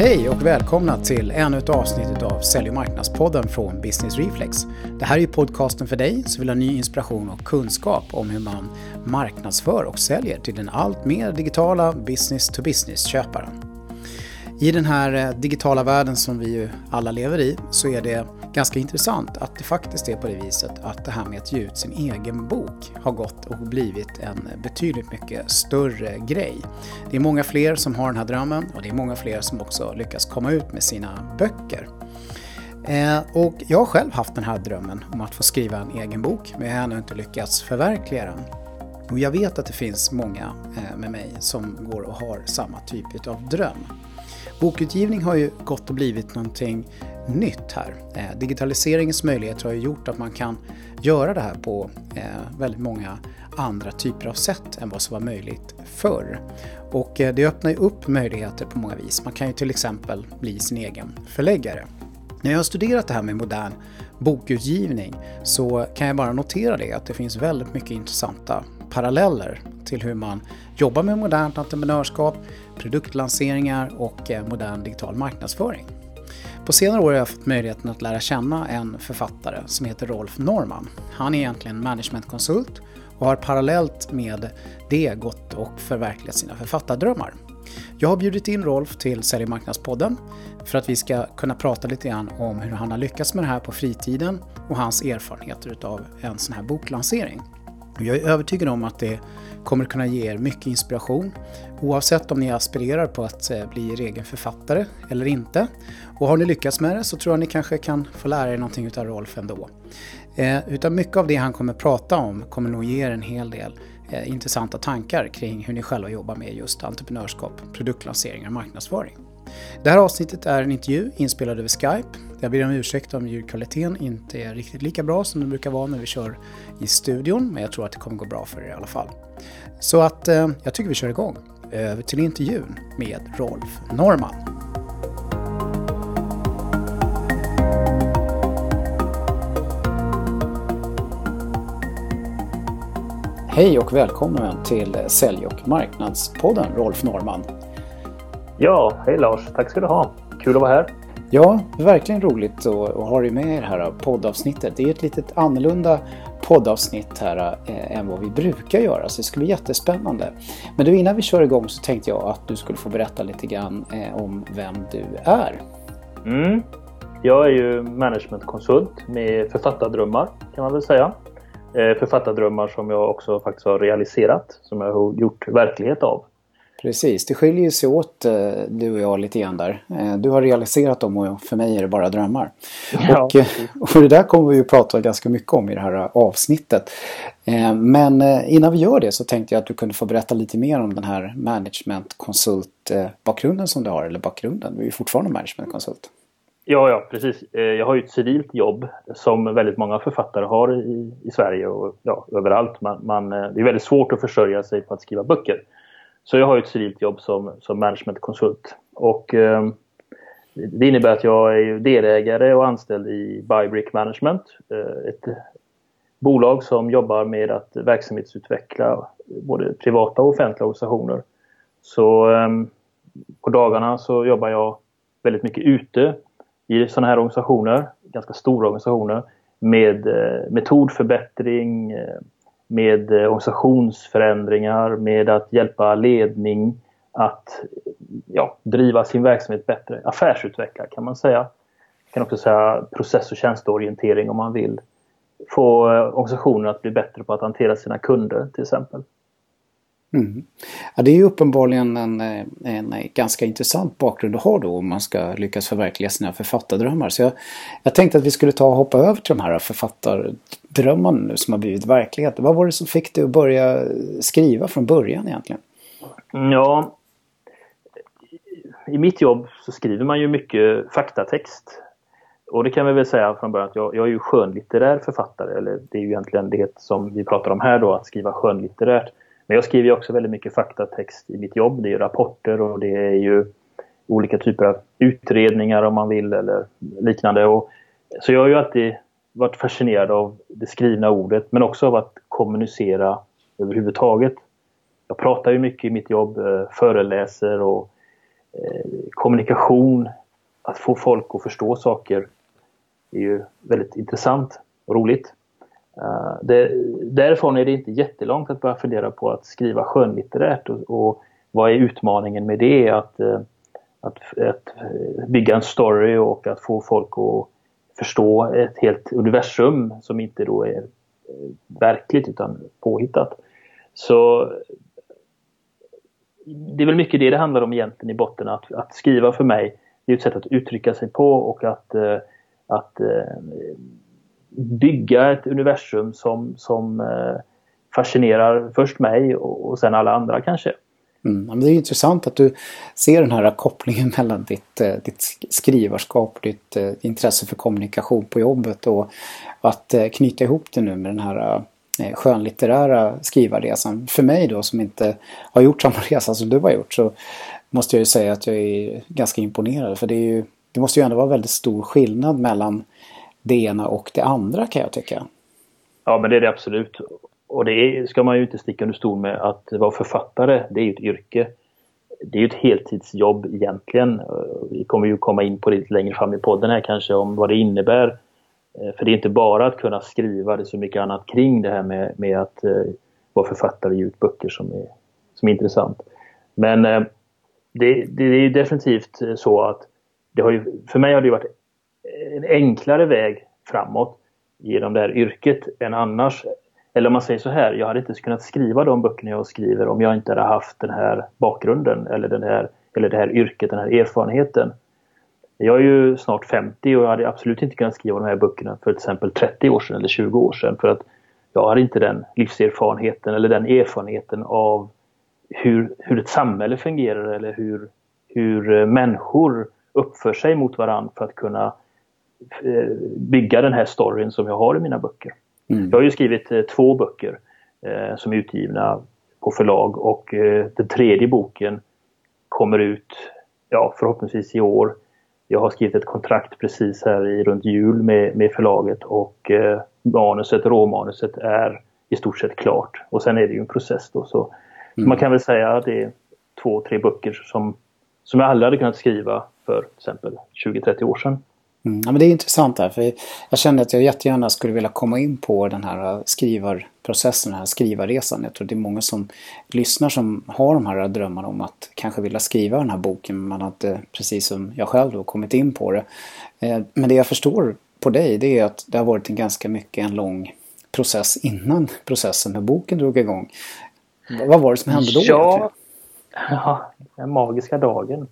Hej och välkomna till ännu ett avsnitt av Sälj- och marknadspodden från Business Reflex. Det här är ju podcasten för dig som vill ha ny inspiration och kunskap om hur man marknadsför och säljer till den allt mer digitala business-to-business-köparen. I den här digitala världen som vi ju alla lever i så är det ganska intressant att det faktiskt är på det viset att det här med att ge ut sin egen bok har gått och blivit en betydligt mycket större grej. Det är många fler som har den här drömmen och det är många fler som också lyckas komma ut med sina böcker. Och jag har själv haft den här drömmen om att få skriva en egen bok, men jag har ännu inte lyckats förverkliga den. Och jag vet att det finns många med mig som går och har samma typ av dröm. Bokutgivning har ju gått och blivit någonting nytt här. Digitaliseringens möjligheter har ju gjort att man kan göra det här på väldigt många andra typer av sätt än vad som var möjligt förr. Och det öppnar ju upp möjligheter på många vis. Man kan ju till exempel bli sin egen förläggare. När jag har studerat det här med modern bokutgivning så kan jag bara notera det att det finns väldigt mycket intressanta paralleller till hur man jobbar med modernt entreprenörskap, produktlanseringar och modern digital marknadsföring. På senare år har jag fått möjligheten att lära känna en författare som heter Rolf Norman. Han är egentligen managementkonsult och har parallellt med det gått och förverkligat sina författardrömmar. Jag har bjudit in Rolf till Sälj- och marknadspodden för att vi ska kunna prata lite grann om hur han har lyckats med det här på fritiden och hans erfarenheter av en sån här boklansering. Jag är övertygad om att det kommer kunna ge er mycket inspiration oavsett om ni aspirerar på att bli er egen författare eller inte. Och har ni lyckats med det så tror jag ni kanske kan få lära er någonting av Rolf ändå. Utan mycket av det han kommer prata om kommer nog ge er en hel del intressanta tankar kring hur ni själva jobbar med just entreprenörskap, produktlanseringar och marknadsföring. Det här avsnittet är en intervju inspelad över Skype. Jag ber om ursäkt om ljudkvaliteten inte är riktigt lika bra som det brukar vara när vi kör i studion, men jag tror att det kommer gå bra för er i alla fall. Så att jag tycker vi kör igång. Över till intervjun med Rolf Norman. Hej och välkommen till Sälj- och marknadspodden, Rolf Norman. Ja, hej Lars. Tack ska du ha. Kul att vara här. Ja, det är verkligen roligt att ha dig med i det här poddavsnittet. Det är ett litet annorlunda poddavsnitt här än vad vi brukar göra, så det ska bli jättespännande. Men du, innan vi kör igång så tänkte jag att du skulle få berätta lite grann om vem du är. Jag är ju managementkonsult med författardrömmar kan man väl säga. Författardrömmar som jag också faktiskt har realiserat, som jag har gjort verklighet av. Precis, det skiljer sig åt du och jag lite grann där. Du har realiserat dem och för mig är det bara drömmar. Ja, och det där kommer vi ju prata ganska mycket om i det här avsnittet. Men innan vi gör det så tänkte jag att du kunde få berätta lite mer om den här managementkonsult-bakgrunden som du har. Eller bakgrunden, du är ju fortfarande managementkonsult. Ja, precis. Jag har ju ett civilt jobb som väldigt många författare har i Sverige och överallt. Det är väldigt svårt att försörja sig på att skriva böcker. Så jag har ett civilt jobb som managementkonsult. Och det innebär att jag är delägare och anställd i Bybrick Management. Ett bolag som jobbar med att verksamhetsutveckla både privata och offentliga organisationer. Så på dagarna så jobbar jag väldigt mycket ute i sådana här organisationer, ganska stora organisationer, med metodförbättring, med organisationsförändringar, med att hjälpa ledning att driva sin verksamhet bättre. Affärsutveckla kan man säga. Man kan också säga process- och tjänsteorientering om man vill få organisationer att bli bättre på att hantera sina kunder till exempel. Ja, det är ju uppenbarligen en ganska intressant bakgrund att ha då om man ska lyckas förverkliga sina författardrömmar. Så jag tänkte att vi skulle hoppa över till de här författardrömmarna nu som har blivit verklighet. Vad var det som fick dig att börja skriva från början egentligen? Ja, i mitt jobb så skriver man ju mycket faktatext. Och det kan vi väl säga från början att jag är ju skönlitterär författare. Eller det är ju egentligen det som vi pratar om här då, att skriva skönlitterärt. Men jag skriver ju också väldigt mycket faktatext i mitt jobb. Det är rapporter och det är ju olika typer av utredningar om man vill eller liknande. Så jag har ju alltid varit fascinerad av det skrivna ordet men också av att kommunicera överhuvudtaget. Jag pratar ju mycket i mitt jobb, föreläser och kommunikation, att få folk att förstå saker är ju väldigt intressant och roligt. Därifrån är det inte jättelångt att börja fundera på att skriva skönlitterärt och vad är utmaningen med det? Att bygga en story och att få folk att förstå ett helt universum som inte då är verkligt utan påhittat. Så det är väl mycket det handlar om egentligen i botten. Att skriva för mig, det är ett sätt att uttrycka sig på och att bygga ett universum som fascinerar först mig och sen alla andra kanske. Men det är intressant att du ser den här kopplingen mellan ditt skrivarskap och ditt intresse för kommunikation på jobbet och att knyta ihop det nu med den här skönlitterära skrivarresan. För mig då som inte har gjort samma resa som du har gjort så måste jag ju säga att jag är ganska imponerad, för det måste ju ändå vara väldigt stor skillnad mellan det ena och det andra, kan jag tycka. Ja, men det är det absolut. Och det ska man ju inte sticka under stol med, att vara författare, det är ju ett yrke. Det är ju ett heltidsjobb egentligen. Vi kommer ju komma in på det lite längre fram i podden här kanske, om vad det innebär. För det är inte bara att kunna skriva, det är så mycket annat kring det här med att vara författare och ge ut böcker som är intressant. Men det är definitivt så att för mig har det varit en enklare väg framåt genom det här yrket än annars. Eller om man säger så här, jag hade inte kunnat skriva de böckerna jag skriver om jag inte hade haft den här bakgrunden eller det här yrket, den här erfarenheten. Jag är ju snart 50 och jag hade absolut inte kunnat skriva de här böckerna för till exempel 30 år sedan eller 20 år sedan, för att jag hade inte den livserfarenheten eller den erfarenheten av hur ett samhälle fungerar eller hur människor uppför sig mot varandra för att kunna bygga den här storyn som jag har i mina böcker. Jag har ju skrivit 2 böcker som är utgivna på förlag, och den 3:e boken kommer ut förhoppningsvis i år. Jag har skrivit ett kontrakt precis här runt jul med förlaget, och råmanuset är i stort sett klart. Och sen är det ju en process då. Så man kan väl säga att det är 2-3 böcker som jag aldrig hade kunnat skriva för till exempel 20-30 år sedan. Ja, men det är intressant här, för jag kände att jag jättegärna skulle vilja komma in på den här skrivarprocessen, den här skrivarresan. Jag tror det är många som lyssnar som har de här drömmarna om att kanske vilja skriva den här boken, men man har inte, precis som jag själv då, kommit in på det. Men det jag förstår på dig, det är att det har varit en lång process innan processen med boken drog igång. Vad var det som hände då egentligen? Ja, den magiska dagen.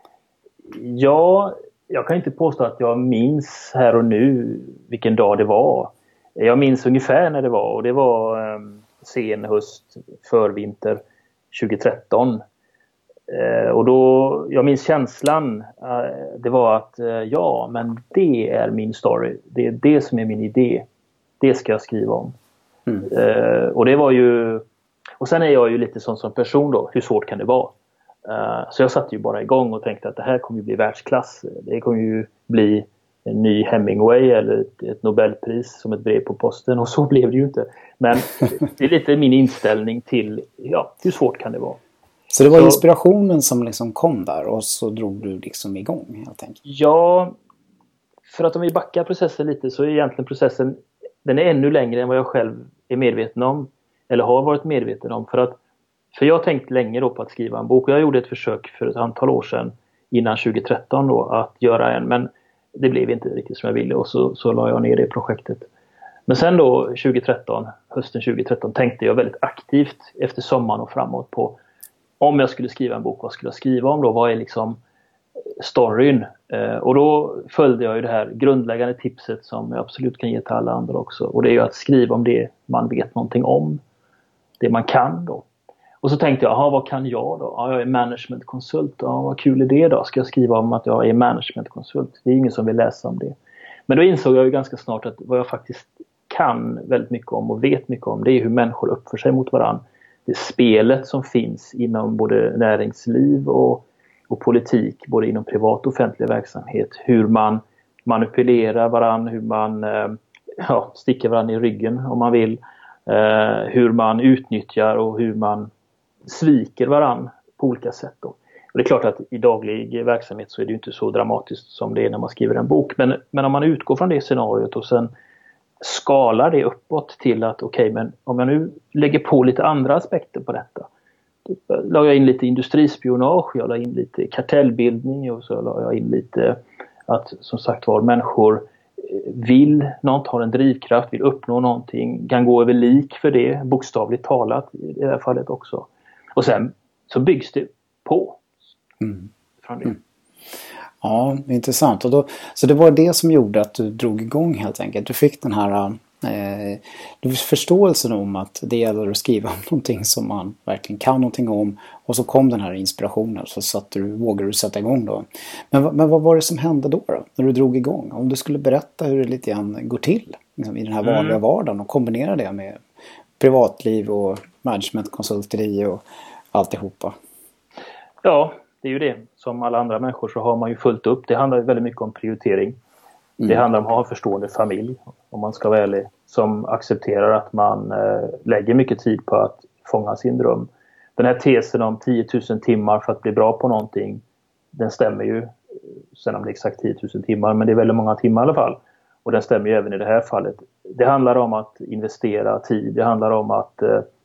Ja, jag kan inte påstå att jag minns här och nu vilken dag det var. Jag minns ungefär när det var, och det var sen höst, förvinter 2013. Och då, jag minns känslan, det var att men det är min story. Det är det som är min idé. Det ska jag skriva om. Och det var ju, och sen är jag ju lite sån som person då, hur svårt kan det vara? Så jag satte ju bara igång och tänkte att det här kommer ju bli världsklass. Det kommer ju bli en ny Hemingway eller ett Nobelpris som ett brev på posten. Och så blev det ju inte. Men det är lite min inställning till hur svårt kan det vara. Så det var inspirationen som liksom kom där, och så drog du liksom igång helt enkelt? Ja, för att om vi backar processen lite, så är egentligen processen, den är ännu längre än vad jag själv är medveten om. Eller har varit medveten om. För jag tänkte länge då på att skriva en bok. Och jag gjorde ett försök för ett antal år sedan, innan 2013 då, att göra en. Men det blev inte riktigt som jag ville, och så la jag ner det projektet. Men sen då hösten 2013 tänkte jag väldigt aktivt efter sommaren och framåt på, om jag skulle skriva en bok, vad skulle jag skriva om då? Vad är liksom storyn? Och då följde jag ju det här grundläggande tipset som jag absolut kan ge till alla andra också. Och det är ju att skriva om det man vet någonting om. Det man kan då. Och så tänkte jag, vad kan jag då? Ja, jag är managementkonsult. Ja, vad kul är det då? Ska jag skriva om att jag är managementkonsult? Det är ingen som vill läsa om det. Men då insåg jag ju ganska snart att vad jag faktiskt kan väldigt mycket om och vet mycket om, det är hur människor uppför sig mot varandra. Det spelet som finns inom både näringsliv och politik, både inom privat och offentlig verksamhet. Hur man manipulerar varandra, hur man sticker varandra i ryggen om man vill. Hur man utnyttjar och hur man sviker varandra på olika sätt då. Och det är klart att i daglig verksamhet så är det ju inte så dramatiskt som det är när man skriver en bok. Men om man utgår från det scenariot och sen skalar det uppåt till att okej, men om jag nu lägger på lite andra aspekter på detta. Då la jag in lite industrispionage, jag la in lite kartellbildning och så la jag in lite att som sagt var människor vill något, har en drivkraft, vill uppnå någonting, kan gå över lik för det, bokstavligt talat i det här fallet också. Och sen så byggs det på. Från det. Ja, intressant. Så det var det som gjorde att du drog igång helt enkelt. Du fick den här förståelsen om att det gäller att skriva om någonting som man verkligen kan någonting om. Och så kom den här inspirationen, så vågade du sätta igång då. Men vad var det som hände då när du drog igång? Om du skulle berätta hur det lite grann går till liksom, i den här vanliga vardagen och kombinera det med privatliv och managementkonsulteri och alltihopa. Ja, det är ju det. Som alla andra människor så har man ju fullt upp. Det handlar ju väldigt mycket om prioritering. Det handlar om att ha en förstående familj, om man ska vara ärlig, som accepterar att man lägger mycket tid på att fånga sin dröm. Den här tesen om 10 000 timmar för att bli bra på någonting, den stämmer ju. Sen om det är exakt 10 000 timmar, men det är väldigt många timmar i alla fall. Och den stämmer ju även i det här fallet. Det handlar om att investera tid. Det handlar om att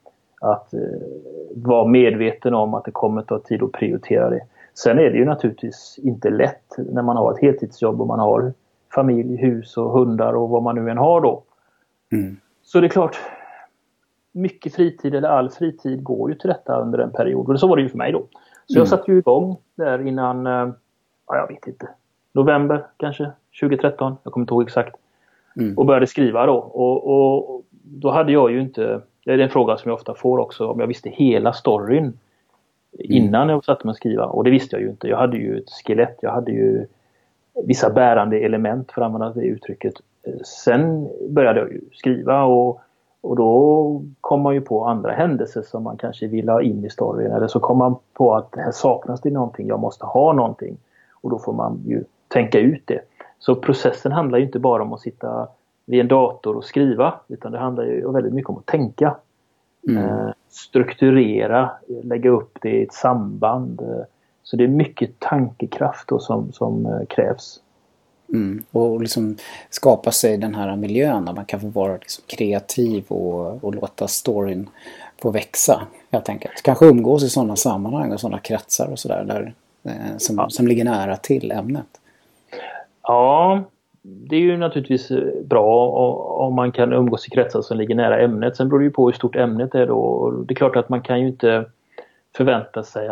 vara medveten om att det kommer att ta tid att prioritera det. Sen är det ju naturligtvis inte lätt när man har ett heltidsjobb och man har familj, hus och hundar och vad man nu än har då. Så det är klart, mycket fritid eller all fritid går ju till detta under en period. Och så var det ju för mig då. Så jag satte ju igång där innan, jag vet inte, november kanske, 2013. Jag kommer inte ihåg exakt. Och började skriva då. Och då hade jag ju inte, det är en fråga som jag ofta får också, om jag visste hela storyn innan jag satte mig att skriva. Och det visste jag ju inte. Jag hade ju ett skelett, jag hade ju vissa bärande element för att använda det uttrycket. Sen började jag ju skriva och då kom man ju på andra händelser som man kanske vill ha in i storyn. Eller så kom man på att här saknas det någonting, jag måste ha någonting. Och då får man ju tänka ut det. Så processen handlar ju inte bara om att sitta vid en dator och skriva, utan det handlar ju väldigt mycket om att tänka. Strukturera, lägga upp det i ett samband. Så det är mycket tankekraft då som krävs. Och liksom skapa sig den här miljön där man kan få vara liksom kreativ och låta storyn få växa helt enkelt. Kanske umgås i sådana sammanhang och sådana kretsar och sådär där, som ligger nära till ämnet. Ja, det är ju naturligtvis bra om man kan umgås i kretsar som ligger nära ämnet. Sen beror det ju på hur stort ämnet är då. Och det är klart att man kan ju inte förvänta sig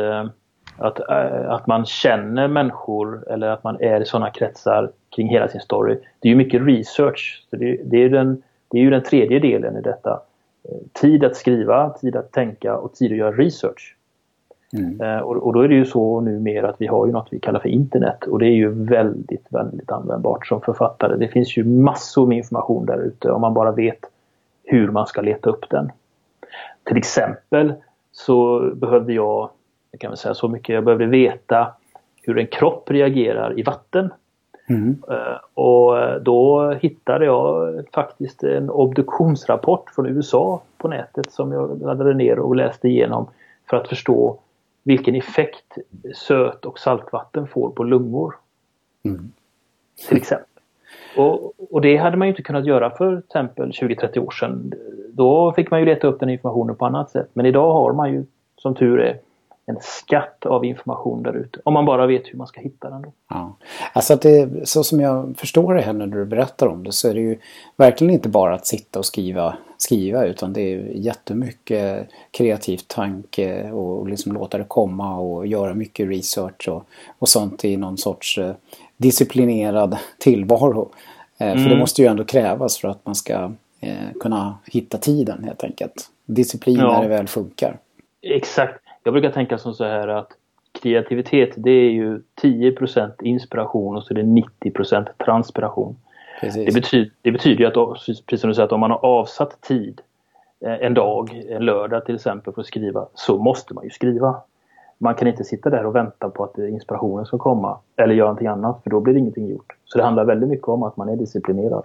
att man känner människor eller att man är i sådana kretsar kring hela sin story. Det är ju mycket research. Så det är ju den tredje delen i detta. Tid att skriva, tid att tänka och tid att göra research. Och då är det ju så numera att vi har ju något vi kallar för internet. Och det är ju väldigt, väldigt användbart som författare. Det finns ju massor med information där ute om man bara vet hur man ska leta upp den. Till exempel så behövde jag kan väl säga så mycket, jag behövde veta hur en kropp reagerar i vatten. Och då hittade jag faktiskt en obduktionsrapport från USA på nätet som jag laddade ner och läste igenom för att förstå vilken effekt söt- och saltvatten får på lungor. Till exempel. Och det hade man ju inte kunnat göra för exempel 20-30 år sedan. Då fick man ju leta upp den informationen på annat sätt. Men idag har man ju, som tur är, en skatt av information där ute. Om man bara vet hur man ska hitta den då. Ja. Alltså att det, så som jag förstår det här när du berättar om det, så är det ju verkligen inte bara att sitta och skriva utan det är jättemycket kreativ tanke och liksom låta det komma och göra mycket research och sånt i någon sorts disciplinerad tillvaro. För det måste ju ändå krävas för att man ska kunna hitta tiden helt enkelt. Disciplin när det väl funkar. Exakt. Jag brukar tänka som så här att kreativitet, det är ju 10% inspiration och så är det 90% transpiration. Det betyder ju att, precis som du säger, att om man har avsatt tid en dag, en lördag till exempel för att skriva, så måste man ju skriva. Man kan inte sitta där och vänta på att inspirationen ska komma eller göra någonting annat, för då blir det ingenting gjort. Så det handlar väldigt mycket om att man är disciplinerad.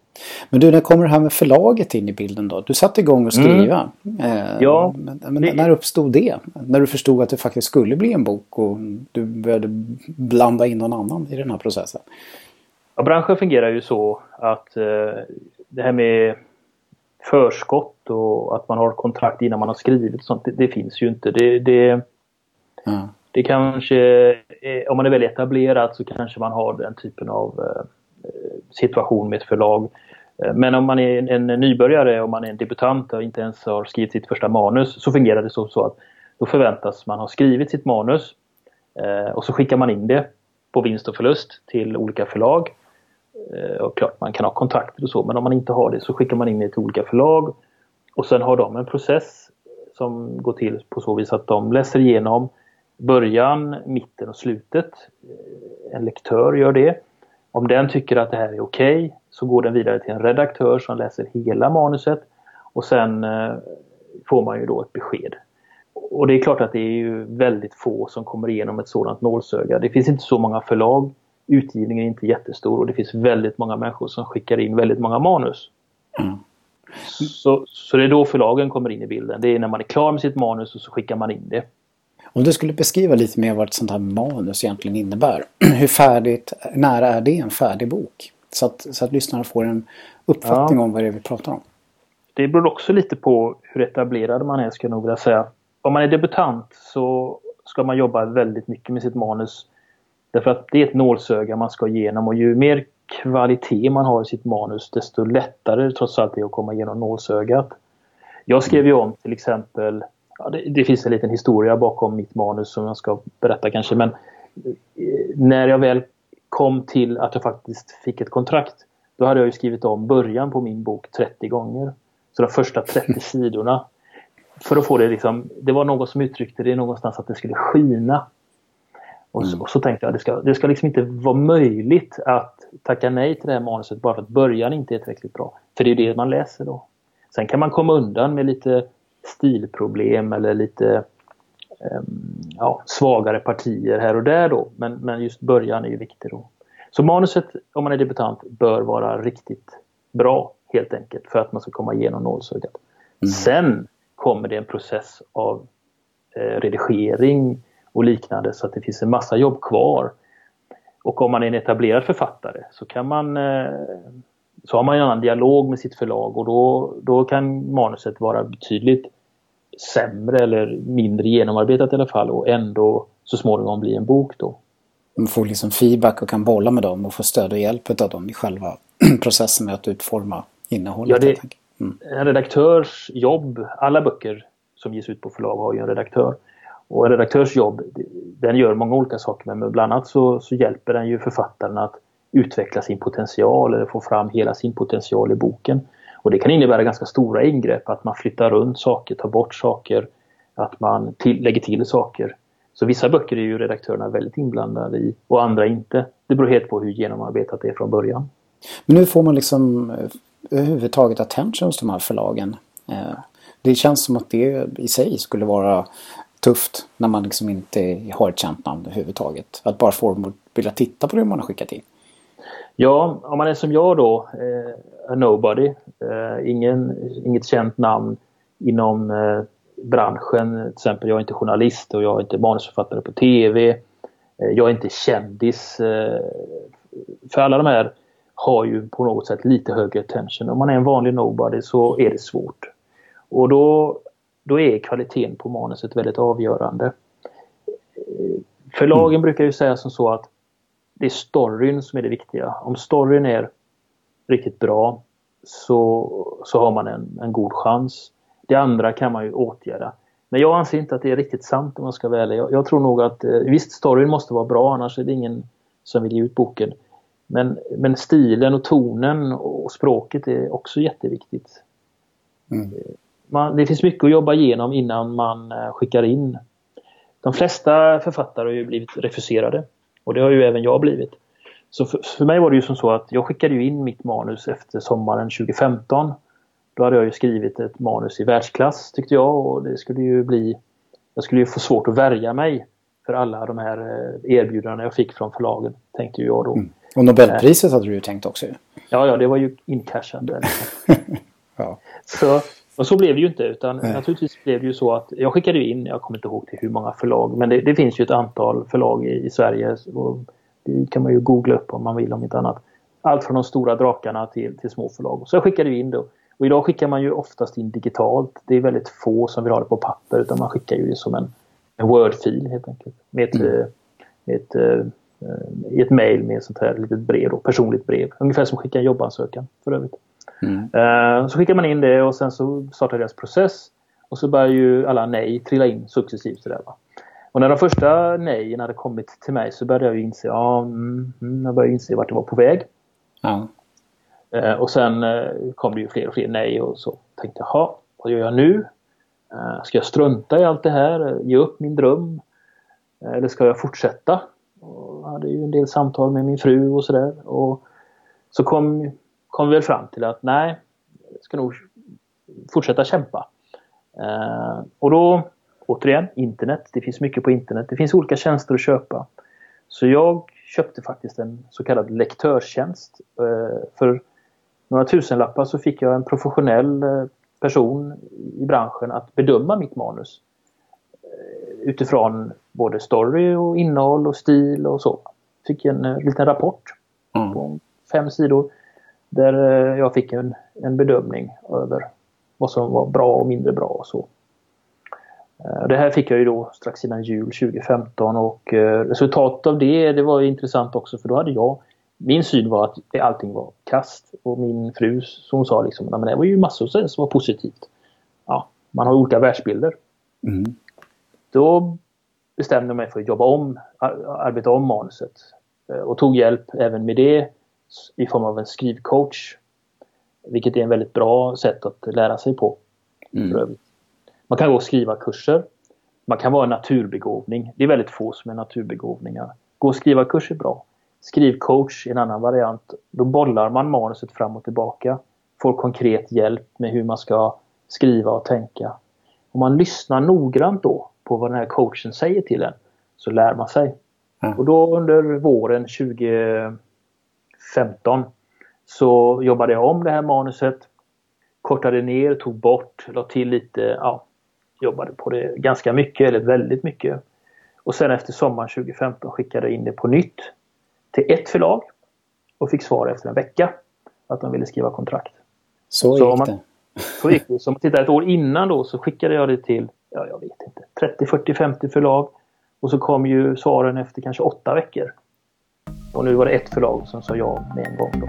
Men du, när kommer det här med förlaget in i bilden då? Du satte igång och skriva. Ja. Men när uppstod det? När du förstod att det faktiskt skulle bli en bok och du började blanda in någon annan i den här processen? Ja, branschen fungerar ju så att det här med förskott och att man har kontrakt innan man har skrivit sånt, det finns ju inte. Det kanske, om man är väldigt etablerad så kanske man har den typen av situation med ett förlag. Men om man är en nybörjare, om man är en debutant och inte ens har skrivit sitt första manus, så fungerar det så att då förväntas man ha skrivit sitt manus och så skickar man in det på vinst och förlust till olika förlag. Och klart man kan ha kontakter och så, men om man inte har det så skickar man in det till olika förlag och sen har de en process som går till på så vis att de läser igenom början, mitten och slutet. En lektör gör det. Om den tycker att det här är okej, så går den vidare till en redaktör som läser hela manuset och sen får man ju då ett besked. Och det är klart att det är ju väldigt få som kommer igenom ett sådant nålsöga. Det finns inte så många förlag, utgivningen är inte jättestor och det finns väldigt många människor som skickar in väldigt många manus. Så det är då förlagen kommer in i bilden. Det är när man är klar med sitt manus och så skickar man in det. Om du skulle beskriva lite mer vad ett sånt här manus egentligen innebär. Hur färdigt, nära är det en färdig bok? Så att lyssnarna får en uppfattning om vad det är vi pratar om. Det beror också lite på hur etablerad man är, ska jag nog vilja säga. Om man är debutant så ska man jobba väldigt mycket med sitt manus. Därför att det är ett nålsöga man ska igenom och ju mer kvalitet man har i sitt manus desto lättare trots allt är att komma igenom nålsögat. Jag skrev ju om till exempel, det finns en liten historia bakom mitt manus som jag ska berätta kanske, men när jag väl kom till att jag faktiskt fick ett kontrakt, då hade jag ju skrivit om början på min bok 30 gånger. Så de första 30 sidorna. För att få det liksom, det var någon som uttryckte det någonstans att det skulle skina. Och så tänkte jag, det ska liksom inte vara möjligt att tacka nej till det här manuset bara för att början inte är tillräckligt bra. För det är det man läser då. Sen kan man komma undan med lite stilproblem eller lite svagare partier här och där då. Men just början är ju viktig då. Så manuset, om man är debutant, bör vara riktigt bra helt enkelt för att man ska komma igenom nålsögat. Sen kommer det en process av redigering och liknande så att det finns en massa jobb kvar. Och om man är en etablerad författare så så har man en annan dialog med sitt förlag och då kan manuset vara betydligt sämre eller mindre genomarbetat i alla fall och ändå så småningom bli en bok då. Man får liksom feedback och kan bolla med dem och få stöd och hjälp av dem i själva processen med att utforma innehållet. Ja, en redaktörs jobb, alla böcker som ges ut på förlag har ju en redaktör. Och en redaktörs jobb, den gör många olika saker, men bland annat så hjälper den ju författaren att utveckla sin potential eller få fram hela sin potential i boken. Och det kan innebära ganska stora ingrepp, att man flyttar runt saker, tar bort saker, att man lägger till saker. Så vissa böcker är ju redaktörerna väldigt inblandade i och andra inte. Det beror helt på hur genomarbetat det är från början. Men nu får man liksom överhuvudtaget attention hos de här förlagen. Det känns som att det i sig skulle vara tufft när man liksom inte har ett känt namn överhuvudtaget. Att bara få dem att vilja titta på det man har skickat in. Ja, om man är som jag då, a nobody, inget känt namn inom branschen. Till exempel jag är inte journalist och jag är inte manusförfattare på tv. Jag är inte kändis. För alla de här har ju på något sätt lite högre attention. Om man är en vanlig nobody så är det svårt. Och då är kvaliteten på manuset väldigt avgörande. Förlagen brukar ju säga som så att det är storyn som är det viktiga. Om storyn är riktigt bra så har man en god chans. Det andra kan man ju åtgärda. Men jag anser inte att det är riktigt sant om man ska välja. Jag tror nog att visst, storyn måste vara bra, annars är det ingen som vill ge ut boken. Men stilen och tonen och språket är också jätteviktigt. Det finns mycket att jobba igenom innan man skickar in. De flesta författare har ju blivit refuserade. Och det har ju även jag blivit. Så för mig var det ju som så att jag skickade ju in mitt manus efter sommaren 2015. Då hade jag ju skrivit ett manus i världsklass tyckte jag. Och det skulle ju jag skulle ju få svårt att värja mig för alla de här erbjudandena jag fick från förlagen, tänkte ju jag då. Och Nobelpriset hade du ju tänkt också. Ja, det var ju incashande. Ja. Så blev det ju inte, utan naturligtvis blev det ju så att jag skickade in, jag kommer inte ihåg till hur många förlag, men det finns ju ett antal förlag i Sverige, och det kan man ju googla upp om man vill, om inte annat. Allt från de stora drakarna till små förlag. Så jag skickade in då. Och idag skickar man ju oftast in digitalt. Det är väldigt få som vill ha det på papper, utan man skickar ju det som en Word-fil helt enkelt. I ett mejl med ett sånt här litet brev då, personligt brev. Ungefär som skicka en jobbansökan för övrigt. Så skickar man in det och sen så startar deras process. Och så börjar ju alla nej trilla in successivt sådär, va. Och när de första nejen hade kommit till mig så började jag ju inse, jag började inse vart det var på väg. Ja. Och sen kom det ju fler och fler nej, och så tänkte jag, vad gör jag nu? Ska jag strunta i allt det här? Ge upp min dröm? Eller ska jag fortsätta? Och jag hade ju en del samtal med min fru och sådär. Och så kom vi väl fram till att nej, jag ska nog fortsätta kämpa. Och då, återigen, internet. Det finns mycket på internet. Det finns olika tjänster att köpa. Så jag köpte faktiskt en så kallad lektörstjänst. För några tusenlappar så fick jag en professionell person i branschen att bedöma mitt manus. Utifrån både story och innehåll och stil och så. Fick en liten rapport på 5 sidor. Där jag fick en bedömning över vad som var bra och mindre bra och så. Det här fick jag ju då strax innan jul 2015, och resultatet av det var ju intressant också, för då hade min syn var att allting var kast, och min fru som sa liksom, men det var ju massor som var positivt. Ja, man har olika världsbilder. Då bestämde jag mig för att arbeta om manuset, och tog hjälp även med det i form av en skrivcoach, vilket är en väldigt bra sätt att lära sig på. För övrigt. Man kan gå och skriva kurser. Man kan vara en naturbegåvning. Det är väldigt få som är naturbegåvningar. Gå och skriva kurser är bra. Skrivcoach är en annan variant. Då bollar man manuset fram och tillbaka. Får konkret hjälp med hur man ska skriva och tänka. Om man lyssnar noggrant då på vad den här coachen säger till en, så lär man sig. Och då under våren 2015 så jobbade jag om det här manuset. Kortade ner, tog bort, la till lite, jobbade på det ganska mycket, eller väldigt mycket. Och sen efter sommaren 2015 skickade jag in det på nytt till ett förlag och fick svar efter en vecka att de ville skriva kontrakt. Så gick det. Så gick det. Så om man tittar ett år innan då, så skickade jag det till, jag vet inte, 30, 40, 50 förlag. Och så kom ju svaren efter kanske 8 veckor. Och nu var det ett förlag som sa ja med en gång då.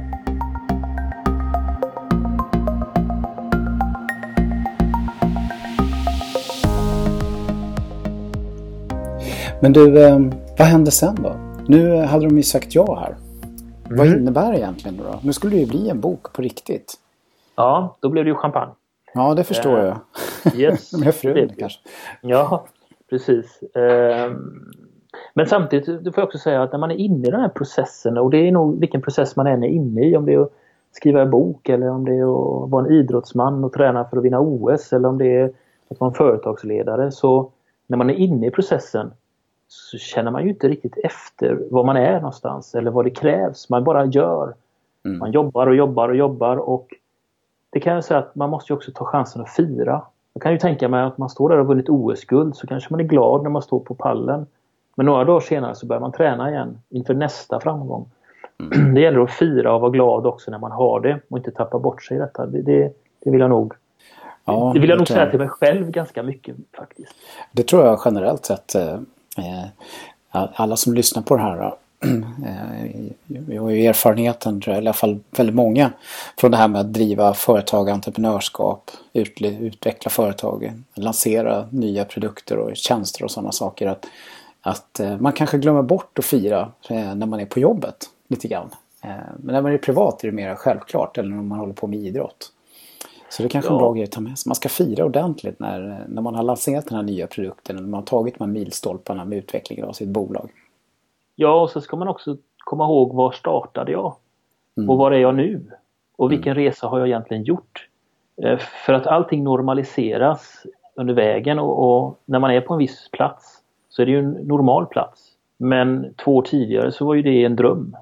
Men du, vad hände sen då? Nu hade de ju sagt ja här. Vad innebär det egentligen då? Nu skulle det ju bli en bok på riktigt. Ja, då blev det ju champagne. Ja, det förstår jag. Yes. Med frun kanske. Ja, precis. Men samtidigt får jag också säga att när man är inne i den här processen, och det är nog vilken process man än är inne i, om det är att skriva en bok eller om det är att vara en idrottsman och träna för att vinna OS, eller om det är att vara en företagsledare, så när man är inne i processen så känner man ju inte riktigt efter var man är någonstans eller vad det krävs. Man bara gör. Man jobbar och jobbar och jobbar, och det kan jag säga att man måste ju också ta chansen att fira. Jag kan ju tänka mig att man står där och vunnit OS-guld, så kanske man är glad när man står på pallen. Men några dagar senare så börjar man träna igen inför nästa framgång. Det gäller att fira och vara glad också när man har det och inte tappa bort sig i detta. Det vill jag nog. Ja, det vill jag nog säga till mig själv ganska mycket faktiskt. Det tror jag generellt sett. Alla som lyssnar på det här, jag har ju erfarenheten, tror jag, i alla fall väldigt många, från det här med att driva företag, entreprenörskap, utveckla företag, lansera nya produkter och tjänster och sådana saker, att man kanske glömmer bort att fira när man är på jobbet lite grann. Men när man är privat är det mer självklart, eller när man håller på med idrott. Så det är kanske en bra grej att ta med sig. Man ska fira ordentligt när man har lanserat den här nya produkten, eller när man har tagit de här milstolparna med utvecklingen av sitt bolag. Ja, och så ska man också komma ihåg, var startade jag? Och var är jag nu? Och vilken resa har jag egentligen gjort? För att allting normaliseras under vägen, och när man är på en viss plats så är det ju en normal plats. Men 2 år tidigare så var ju det en dröm.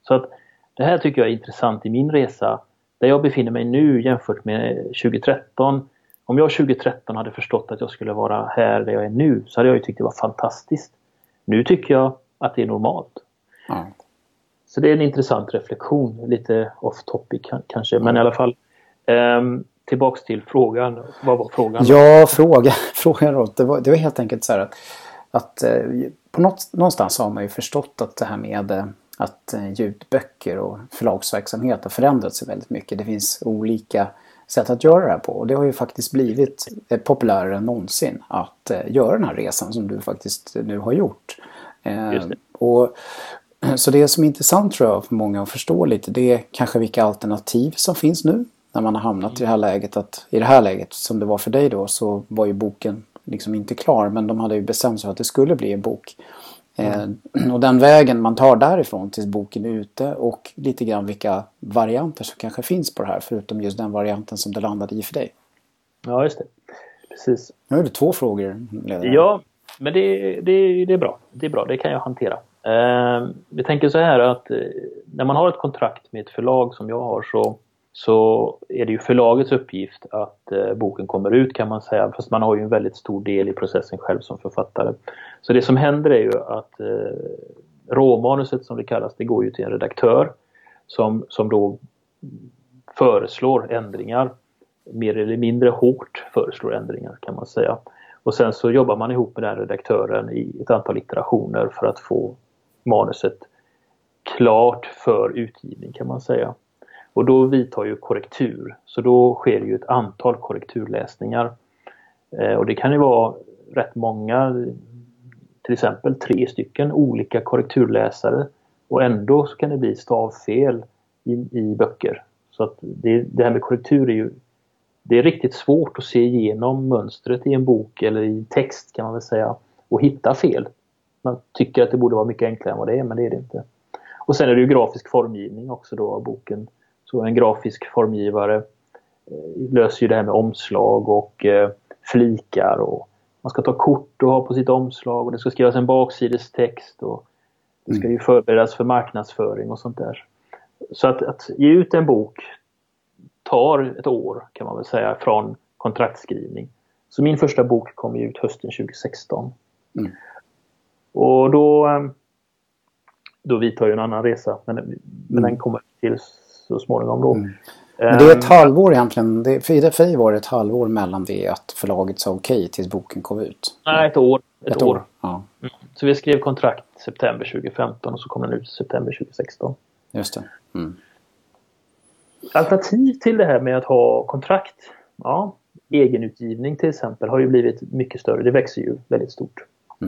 Så att det här tycker jag är intressant i min resa. Där jag befinner mig nu jämfört med 2013. Om jag 2013 hade förstått att jag skulle vara här där jag är nu, så hade jag ju tyckt det var fantastiskt. Nu tycker jag att det är normalt. Ja. Så det är en intressant reflektion. Lite off topic kanske. Men i alla fall tillbaks till frågan. Vad var frågan? Ja, frågan då. Det var helt enkelt så här att på någonstans har man ju förstått att det här med att ljudböcker och förlagsverksamhet har förändrat sig väldigt mycket. Det finns olika sätt att göra det här på. Och det har ju faktiskt blivit populärare än någonsin att göra den här resan som du faktiskt nu har gjort. Just det. Så det som är intressant tror jag för många att förstå lite, det är kanske vilka alternativ som finns nu när man har hamnat i det här läget. Att i det här läget som det var för dig då, så var ju boken liksom inte klar, men de hade ju bestämt sig för att det skulle bli en bok. Och den vägen man tar därifrån tills boken är ute, och lite grann vilka varianter som kanske finns på det här, förutom just den varianten som det landade i för dig. Ja, just det. Precis. Nu är det 2 frågor. Ja, men det är bra. Det är bra, det kan jag hantera. Vi tänker så här att när man har ett kontrakt med ett förlag som jag har, så är det ju förlagets uppgift att boken kommer ut, kan man säga. Fast man har ju en väldigt stor del i processen själv som författare. Så det som händer är ju att råmanuset som det kallas, det går ju till en redaktör som då föreslår ändringar. Mer eller mindre hårt föreslår ändringar, kan man säga. Och sen så jobbar man ihop med den redaktören i ett antal iterationer för att få manuset klart för utgivning, kan man säga. Och då vidtar ju korrektur. Så då sker ju ett antal korrekturläsningar. Och det kan ju vara rätt många, till exempel 3 stycken olika korrekturläsare. Och ändå så kan det bli stavfel i böcker. Så att det här med korrektur är ju, det är riktigt svårt att se igenom mönstret i en bok eller i text, kan man väl säga, och hitta fel. Man tycker att det borde vara mycket enklare än vad det är, men det är det inte. Och sen är det ju grafisk formgivning också då av boken. Så en grafisk formgivare löser ju det här med omslag och flikar, och man ska ta kort och ha på sitt omslag, och det ska skrivas en baksidestext, och det ska ju förberedas för marknadsföring och sånt där. Så att ge ut en bok tar ett år, kan man väl säga, från kontraktskrivning. Så min första bok kom ut hösten 2016. Och då vidtar ju en annan resa, men den kommer till så småningom då. Men det är ett halvår egentligen. För dig var det ett halvår mellan det att förlaget sa okej tills boken kom ut. Nej, ett år. Ett år. Ja. Så vi skrev kontrakt september 2015 och så kom den ut september 2016. Just det. Alternativ till det här med att ha kontrakt, ja, egenutgivning till exempel har ju blivit mycket större. Det växer ju väldigt stort.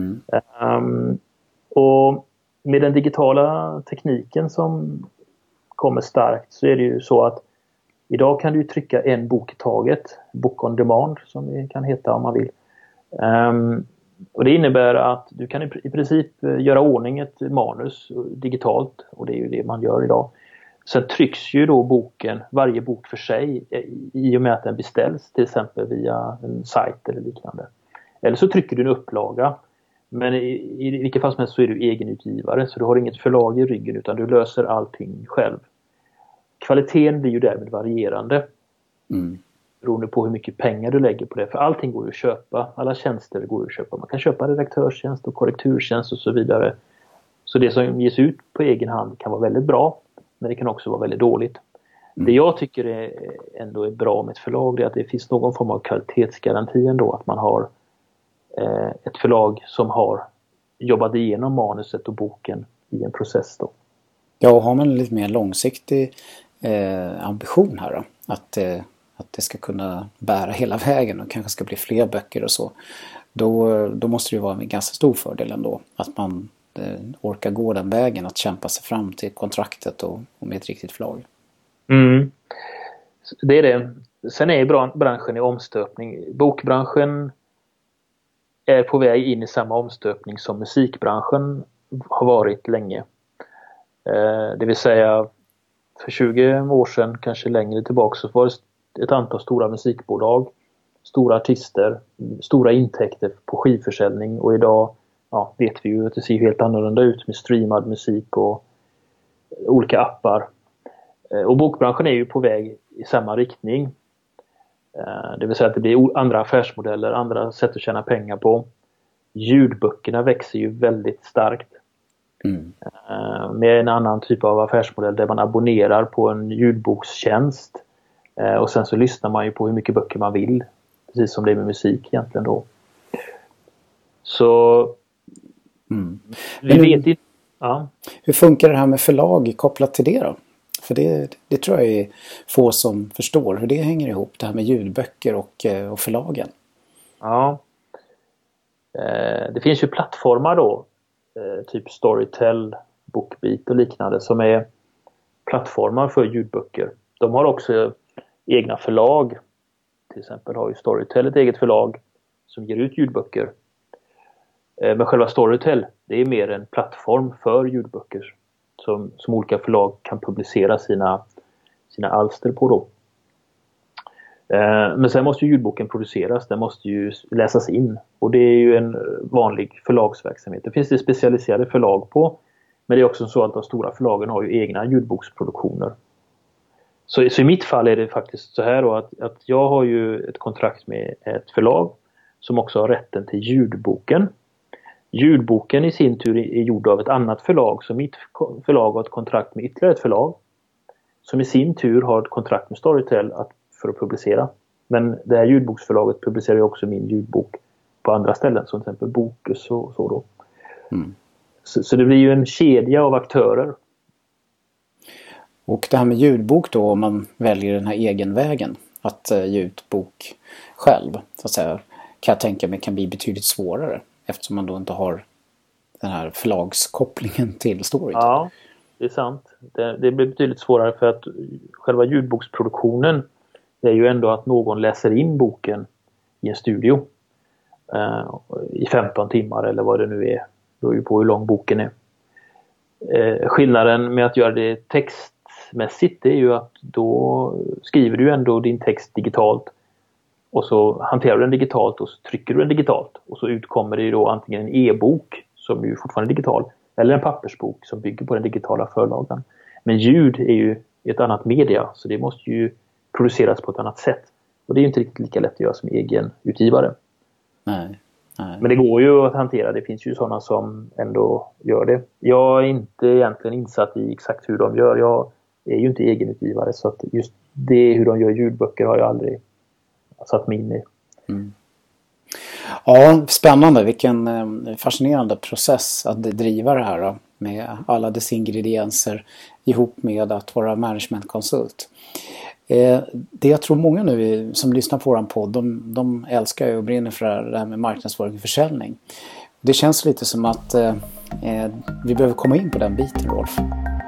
Och med den digitala tekniken som kommer starkt, så är det ju så att idag kan du trycka en bok i taget, book on demand som det kan heta om man vill. Och det innebär att du kan i princip göra ordning ett manus digitalt, och det är ju det man gör idag. Sen trycks ju då varje bok för sig i och med att den beställs, till exempel via en sajt eller liknande. Eller så trycker du en upplaga. Men i vilket fall som helst så är du egenutgivare, så du har inget förlag i ryggen, utan du löser allting själv. Kvaliteten blir ju därmed varierande. Beroende på hur mycket pengar du lägger på det. För allting går ju att köpa. Alla tjänster går ju att köpa. Man kan köpa redaktörstjänst och korrekturtjänst och så vidare. Så det som ges ut på egen hand kan vara väldigt bra. Men det kan också vara väldigt dåligt. Det jag tycker ändå är bra med ett förlag är att det finns någon form av kvalitetsgaranti ändå. Att man har ett förlag som har jobbat igenom manuset och boken i en process då. Ja, har man en lite mer långsiktig ambition här då? Att det ska kunna bära hela vägen och kanske ska bli fler böcker och så. Då måste det ju vara en ganska stor fördel ändå. Att man orkar gå den vägen, att kämpa sig fram till kontraktet och med ett riktigt förlag. Det är det. Sen är branschen i omstöpning. Bokbranschen är på väg in i samma omstöpning som musikbranschen har varit länge. Det vill säga för 20 år sedan, kanske längre tillbaka, så var det ett antal stora musikbolag, stora artister, stora intäkter på skivförsäljning, och idag vet vi ju att det ser helt annorlunda ut med streamad musik och olika appar. Och bokbranschen är ju på väg i samma riktning. Det vill säga att det blir andra affärsmodeller, andra sätt att tjäna pengar på. Ljudböckerna växer ju väldigt starkt. Med en annan typ av affärsmodell där man abonnerar på en ljudbokstjänst. Och sen så lyssnar man ju på hur mycket böcker man vill. Precis som det är med musik egentligen då. Så vi vet inte. Ja. Hur funkar det här med förlag kopplat till det då? För det tror jag är få som förstår hur det hänger ihop, det här med ljudböcker och förlagen. Ja. Det finns ju plattformar då, typ Storytel, Bookbeat och liknande, som är plattformar för ljudböcker. De har också egna förlag. Till exempel har ju Storytel ett eget förlag som ger ut ljudböcker. Men själva Storytel, det är mer en plattform för ljudböcker som olika förlag kan publicera sina alster på då. Men sen måste ju ljudboken produceras, den måste ju läsas in, och det är ju en vanlig förlagsverksamhet. Det finns det specialiserade förlag på, men det är också så att de stora förlagen har ju egna ljudboksproduktioner. Så i mitt fall är det faktiskt så här då, att jag har ju ett kontrakt med ett förlag som också har rätten till ljudboken. Ljudboken i sin tur är gjord av ett annat förlag, så mitt förlag har ett kontrakt med ytterligare ett förlag som i sin tur har ett kontrakt med Storytel för att publicera. Men det här ljudboksförlaget publicerar ju också min ljudbok på andra ställen, som till exempel Bokus och så då. Så det blir ju en kedja av aktörer. Och det här med ljudbok då, om man väljer den här egenvägen att ge ut bok själv, så att säga, kan jag tänka mig kan bli betydligt svårare eftersom man då inte har den här förlagskopplingen till Storytel. Ja, det är sant. Det blir betydligt svårare för att själva ljudboksproduktionen är ju ändå att någon läser in boken i en studio i 15 timmar eller vad det nu är. Det beror ju på hur lång boken är. Skillnaden med att göra det textmässigt är ju att då skriver du ändå din text digitalt och så hanterar du den digitalt och så trycker du den digitalt och så utkommer det ju då antingen en e-bok som är ju fortfarande digital eller en pappersbok som bygger på den digitala förlagan. Men ljud är ju ett annat media, så det måste ju produceras på ett annat sätt. Och det är ju inte riktigt lika lätt att göra som egen utgivare. Nej. Men det går ju att hantera. Det finns ju sådana som ändå gör det. Jag är inte egentligen insatt i exakt hur de gör. Jag är ju inte egenutgivare, så att just det hur de gör ljudböcker har jag aldrig satt mig in i. Ja, spännande. Vilken fascinerande process att driva det här då, med alla dess ingredienser ihop med att vara managementkonsult. Det jag tror många nu som lyssnar på våran podd, de älskar ju och brinner för det här med marknadsföring och försäljning. Det känns lite som att vi behöver komma in på den biten, Rolf.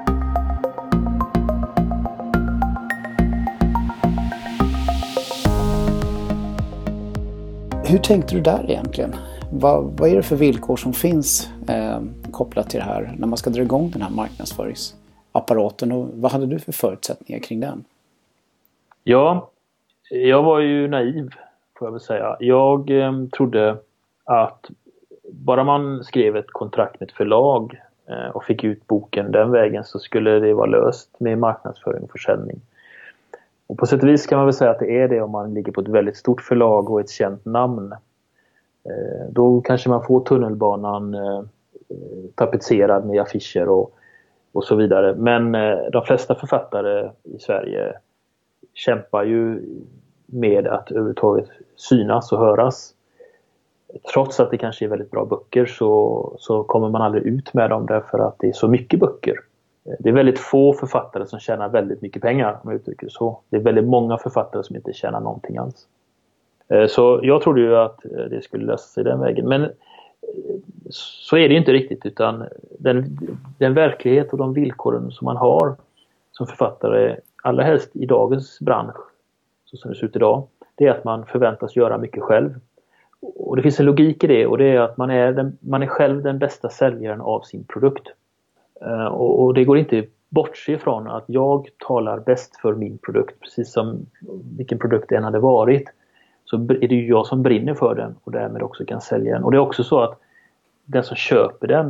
Hur tänkte du där egentligen? Vad är det för villkor som finns kopplat till det här när man ska dra igång den här marknadsföringsapparaten, och vad hade du för förutsättningar kring den? Ja, jag var ju naiv, får jag väl säga. Jag trodde att bara man skrev ett kontrakt med ett förlag och fick ut boken den vägen så skulle det vara löst med marknadsföring och försäljning. Och på sätt och vis kan man väl säga att det är det om man ligger på ett väldigt stort förlag och ett känt namn. Då kanske man får tunnelbanan tapetserad med affischer och så vidare. Men de flesta författare i Sverige kämpar ju med att överhuvudtaget synas och höras. Trots att det kanske är väldigt bra böcker så kommer man aldrig ut med dem därför att det är så mycket böcker. Det är väldigt få författare som tjänar väldigt mycket pengar, om jag uttrycker det så. Det är väldigt många författare som inte tjänar någonting alls. Så jag trodde ju att det skulle lösa sig den vägen. Men så är det inte riktigt, utan den verklighet och de villkoren som man har som författare, allra helst i dagens bransch, så som det ser ut idag, det är att man förväntas göra mycket själv. Och det finns en logik i det, och det är att man är själv den bästa säljaren av sin produkt. Och det går inte bortse ifrån att jag talar bäst för min produkt, precis som vilken produkt det än hade varit. Så är det ju jag som brinner för den och därmed också kan sälja den. Och det är också så att den som köper den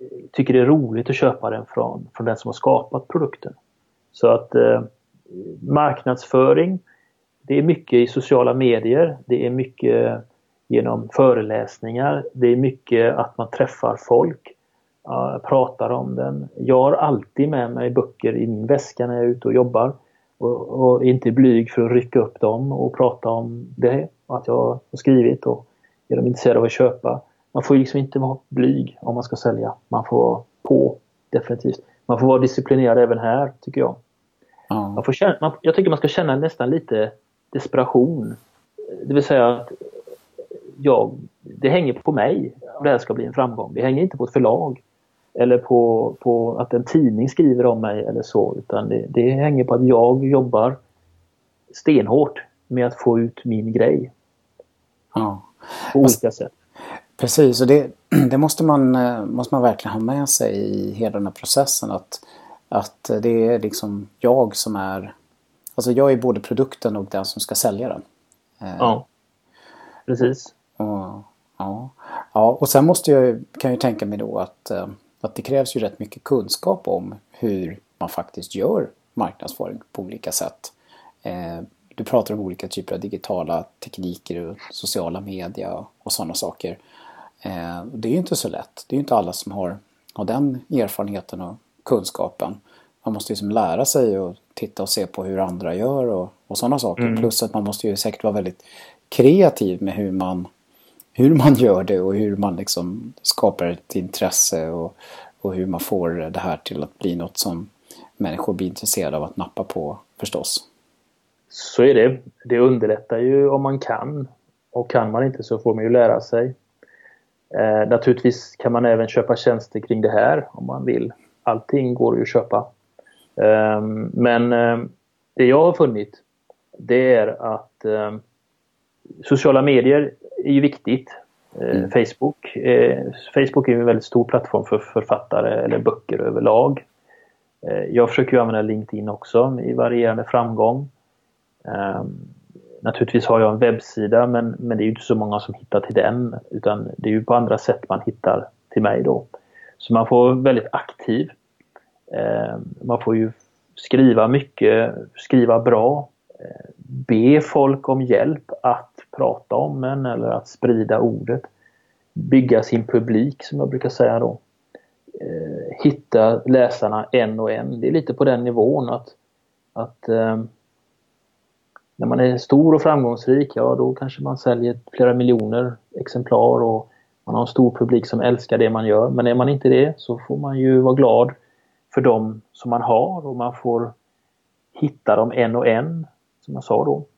tycker det är roligt att köpa den från den som har skapat produkten. Så att marknadsföring, det är mycket i sociala medier, det är mycket genom föreläsningar, det är mycket att man träffar folk, pratar om den. Jag har alltid med mig böcker i min väska när jag är ute och jobbar och inte blyg för att rycka upp dem och prata om det, att jag har skrivit, och är de intresserade av att köpa. Man får liksom inte vara blyg om man ska sälja. Man får vara på, definitivt. Man får vara disciplinerad även här, tycker jag. Man får jag tycker man ska känna nästan lite desperation. Det vill säga att det hänger på mig om det här ska bli en framgång. Det hänger inte på ett förlag eller på att en tidning skriver om mig eller så, utan det hänger på att jag jobbar stenhårt med att få ut min grej. Ja. På olika sätt. Precis, och det måste man verkligen ha med sig i hela den här processen, att det är liksom jag som är, alltså jag är både produkten och den som ska sälja den. Ja, precis. Och sen kan jag tänka mig då att det krävs ju rätt mycket kunskap om hur man faktiskt gör marknadsföring på olika sätt. Du pratar om olika typer av digitala tekniker och sociala media och sådana saker. Det är ju inte så lätt. Det är ju inte alla som har den erfarenheten och kunskapen. Man måste ju liksom lära sig och titta och se på hur andra gör och sådana saker. Plus att man måste ju säkert vara väldigt kreativ med hur man gör det och hur man liksom skapar ett intresse och hur man får det här till att bli något som människor blir intresserade av att nappa på, förstås. Så är det. Det underlättar ju om man kan. Och kan man inte så får man ju lära sig. Naturligtvis kan man även köpa tjänster kring det här om man vill. Allting går ju att köpa. Men det jag har funnit, det är att sociala medier är ju viktigt. Facebook är ju en väldigt stor plattform för författare eller böcker överlag. Jag försöker ju använda LinkedIn också i varierande framgång. Naturligtvis har jag en webbsida, men det är ju inte så många som hittar till den, utan det är ju på andra sätt man hittar till mig då. Så man får vara väldigt aktiv. Man får ju skriva mycket, skriva bra, be folk om hjälp att prata om en eller att sprida ordet, bygga sin publik som jag brukar säga då. Hitta läsarna en och en. Det är lite på den nivån att när man är stor och framgångsrik, ja då kanske man säljer flera miljoner exemplar och man har en stor publik som älskar det man gör. Men är man inte det så får man ju vara glad för dem som man har och man får hitta dem en och en, som jag sa då.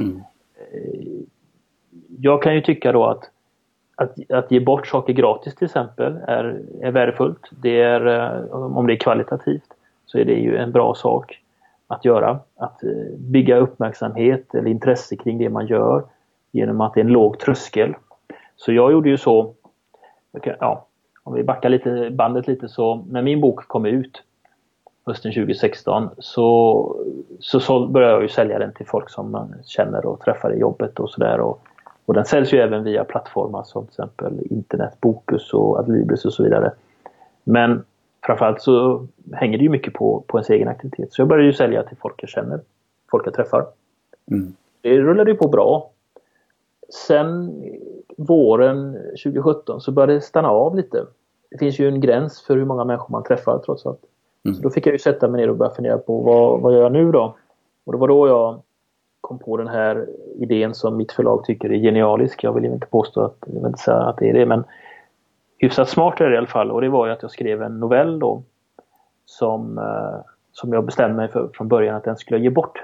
Jag kan ju tycka då att ge bort saker gratis till exempel är värdefullt. Det är, om det är kvalitativt så är det ju en bra sak att göra. Att bygga uppmärksamhet eller intresse kring det man gör genom att det är en låg tröskel. Så jag gjorde ju så, om vi backar bandet lite, så när min bok kom ut hösten 2016 så började jag ju sälja den till folk som man känner och träffar i jobbet och sådär. Och den säljs ju även via plattformar som till exempel internet, Bokus och Adlibris och så vidare. Men framförallt så hänger det ju mycket på ens egen aktivitet. Så jag började ju sälja till folk jag känner, folk jag träffar. Det rullade ju på bra. Sen våren 2017 så började det stanna av lite. Det finns ju en gräns för hur många människor man träffar trots allt. Så då fick jag ju sätta mig ner och börja fundera på vad gör jag nu då? Och det var då jag kom på den här idén som mitt förlag tycker är genialisk. Jag vill inte påstå jag vill inte säga att det är det, men hyfsat smart är det i alla fall. Och det var ju att jag skrev en novell då som jag bestämde mig för från början att den skulle ge bort.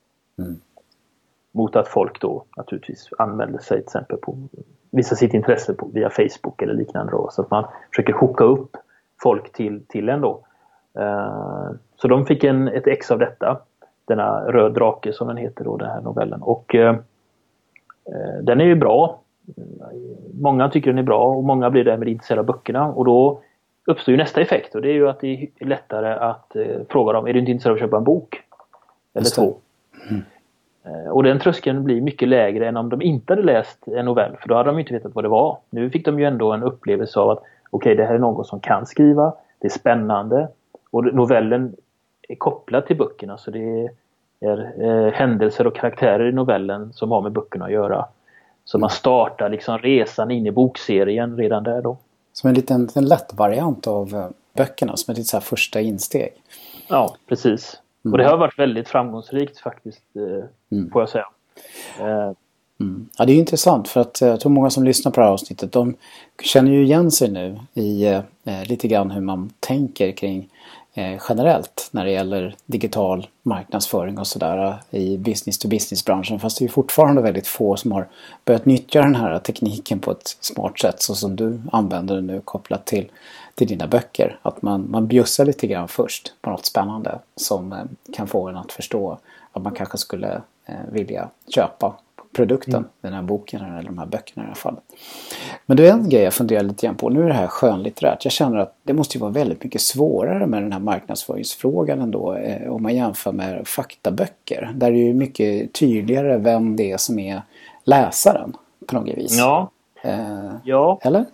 Mot att folk då naturligtvis anmälde sig till exempel visa sitt intresse via Facebook eller liknande då. Så att man försöker hooka upp folk till en då. Så de fick ett ex av detta. Denna Röd drake som den heter då, den här novellen. Och den är ju bra. Många tycker den är bra och många blir därmed intresserade av böckerna. Och då uppstår ju nästa effekt och det är ju att det är lättare att fråga dem, är du inte intresserad av att köpa en bok? Eller två? Och den tröskeln blir mycket lägre än om de inte hade läst en novell, för då hade de inte vetat vad det var. Nu fick de ju ändå en upplevelse av att okej, det här är någon som kan skriva, det är spännande och novellen är kopplad till böckerna, så det är händelser och karaktärer i novellen som har med böckerna att göra. Så man startar liksom resan in i bokserien redan där då. Som en lätt variant av böckerna, som ett lite så här första insteg. Ja, precis. Och det har varit väldigt framgångsrikt faktiskt, får jag säga. Ja, det är intressant, för att jag tror många som lyssnar på det här avsnittet, de känner ju igen sig nu i lite grann hur man tänker kring generellt när det gäller digital marknadsföring och sådär i business-to-business-branschen. Fast det är ju fortfarande väldigt få som har börjat nyttja den här tekniken på ett smart sätt, så som du använder den nu kopplat till dina böcker. Att man bjussar lite grann först på något spännande som kan få en att förstå att man kanske skulle vilja köpa produkten, den här boken eller de här böckerna i alla fall. Men det är en grej jag funderar lite grann på. Nu är det här skönlitterärt. Jag känner att det måste ju vara väldigt mycket svårare med den här marknadsföringsfrågan ändå om man jämför med faktaböcker. Där är det ju mycket tydligare vem det är som är läsaren på något vis. Ja, eller?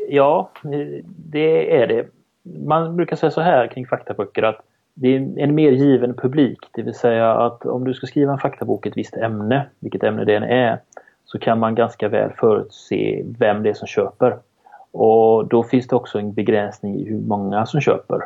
Det är det. Man brukar säga så här kring faktaböcker att det är en mer given publik, det vill säga att om du ska skriva en faktabok i ett visst ämne, vilket ämne det än är, så kan man ganska väl förutse vem det är som köper. Och då finns det också en begränsning i hur många som köper.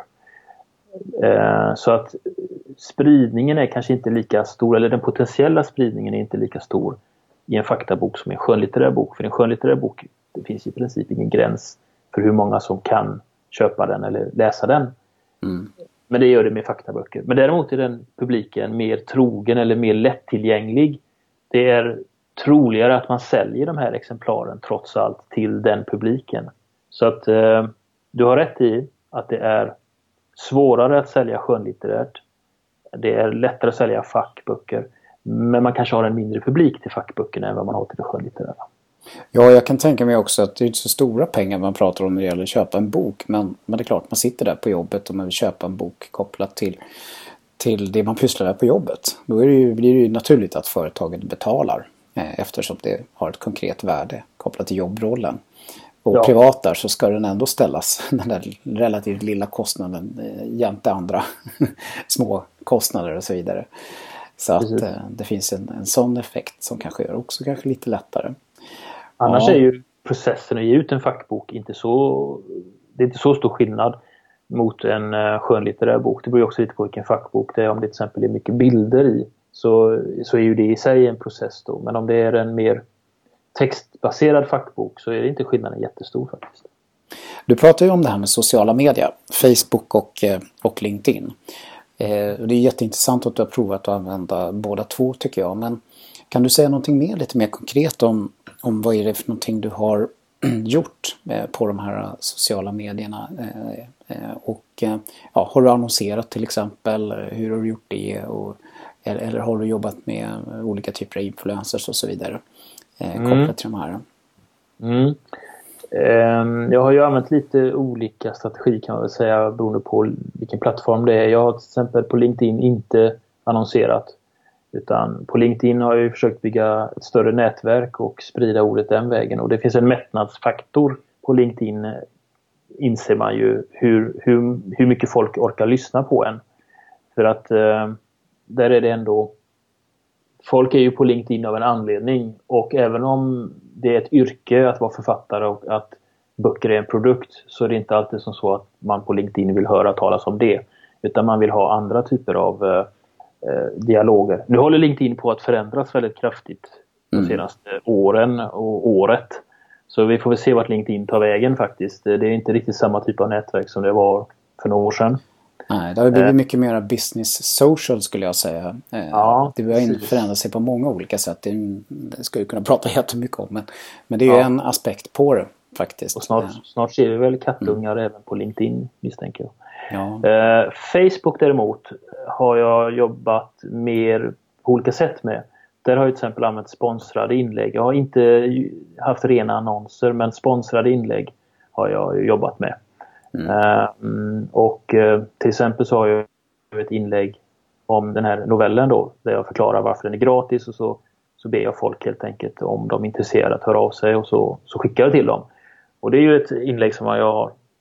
Så att spridningen är kanske inte lika stor, eller den potentiella spridningen är inte lika stor i en faktabok som i en skönlitterär bok. För en skönlitterär bok, det finns i princip ingen gräns för hur många som kan köpa den eller läsa den. Men det gör det med faktaböcker. Men däremot är den publiken mer trogen eller mer lättillgänglig. Det är troligare att man säljer de här exemplaren trots allt till den publiken. Så att du har rätt i att det är svårare att sälja skönlitterärt. Det är lättare att sälja fackböcker. Men man kanske har en mindre publik till fackböckerna än vad man har till det skönlitterära. Ja, jag kan tänka mig också att det är inte så stora pengar man pratar om när det gäller att köpa en bok. Men det är klart, man sitter där på jobbet och man vill köpa en bok kopplat till det man pysslar där på jobbet. Då blir det ju naturligt att företagen betalar eftersom det har ett konkret värde kopplat till jobbrollen. Och privat där så ska den ändå ställas, den där relativt lilla kostnaden jämte andra små kostnader och så vidare. Så att det finns en sån effekt som kanske gör också kanske lite lättare. Annars är ju processen att ge ut en fackbok inte så stor skillnad mot en skönlitterär bok. Det beror ju också lite på vilken fackbok det är. Om det till exempel är mycket bilder i så är ju det i sig en process då. Men om det är en mer textbaserad fackbok så är det inte skillnaden jättestor faktiskt. Du pratar ju om det här med sociala medier, Facebook och LinkedIn. Det är jätteintressant att du har provat att använda båda två tycker jag. Men kan du säga någonting lite mer konkret om vad är det för någonting du har gjort på de här sociala medierna? Har du annonserat till exempel? Hur har du gjort det? Eller har du jobbat med olika typer av influencers och så vidare kopplat till de här? Jag har ju använt lite olika strategier kan man väl säga beroende på vilken plattform det är. Jag har till exempel på LinkedIn inte annonserat. Utan på LinkedIn har jag ju försökt bygga ett större nätverk och sprida ordet den vägen. Och det finns en mättnadsfaktor på LinkedIn, inser man ju hur mycket folk orkar lyssna på en. För att där är det ändå, folk är ju på LinkedIn av en anledning. Och även om det är ett yrke att vara författare och att böcker är en produkt, så är det inte alltid som så att man på LinkedIn vill höra talas om det. Utan man vill ha andra typer av dialoger. Nu håller LinkedIn på att förändras väldigt kraftigt de senaste åren och året. Så vi får väl se vart LinkedIn tar vägen faktiskt. Det är inte riktigt samma typ av nätverk som det var för några år sedan. Nej, det har blivit mycket mer business social skulle jag säga. Det börjar förändra sig på många olika sätt. Det ska ju kunna prata jättemycket om. Men det är ju en aspekt på det faktiskt. Och snart ser vi väl kattungar även på LinkedIn misstänker jag. Ja. Facebook däremot har jag jobbat mer på olika sätt med. Där har jag till exempel använt sponsrade inlägg. Jag har inte haft rena annonser, men sponsrade inlägg har jag jobbat med. Och till exempel så har jag ett inlägg om den här novellen då, där jag förklarar varför den är gratis och så ber jag folk helt enkelt om de är intresserade att höra av sig och så skickar jag till dem. Och det är ju ett inlägg som jag har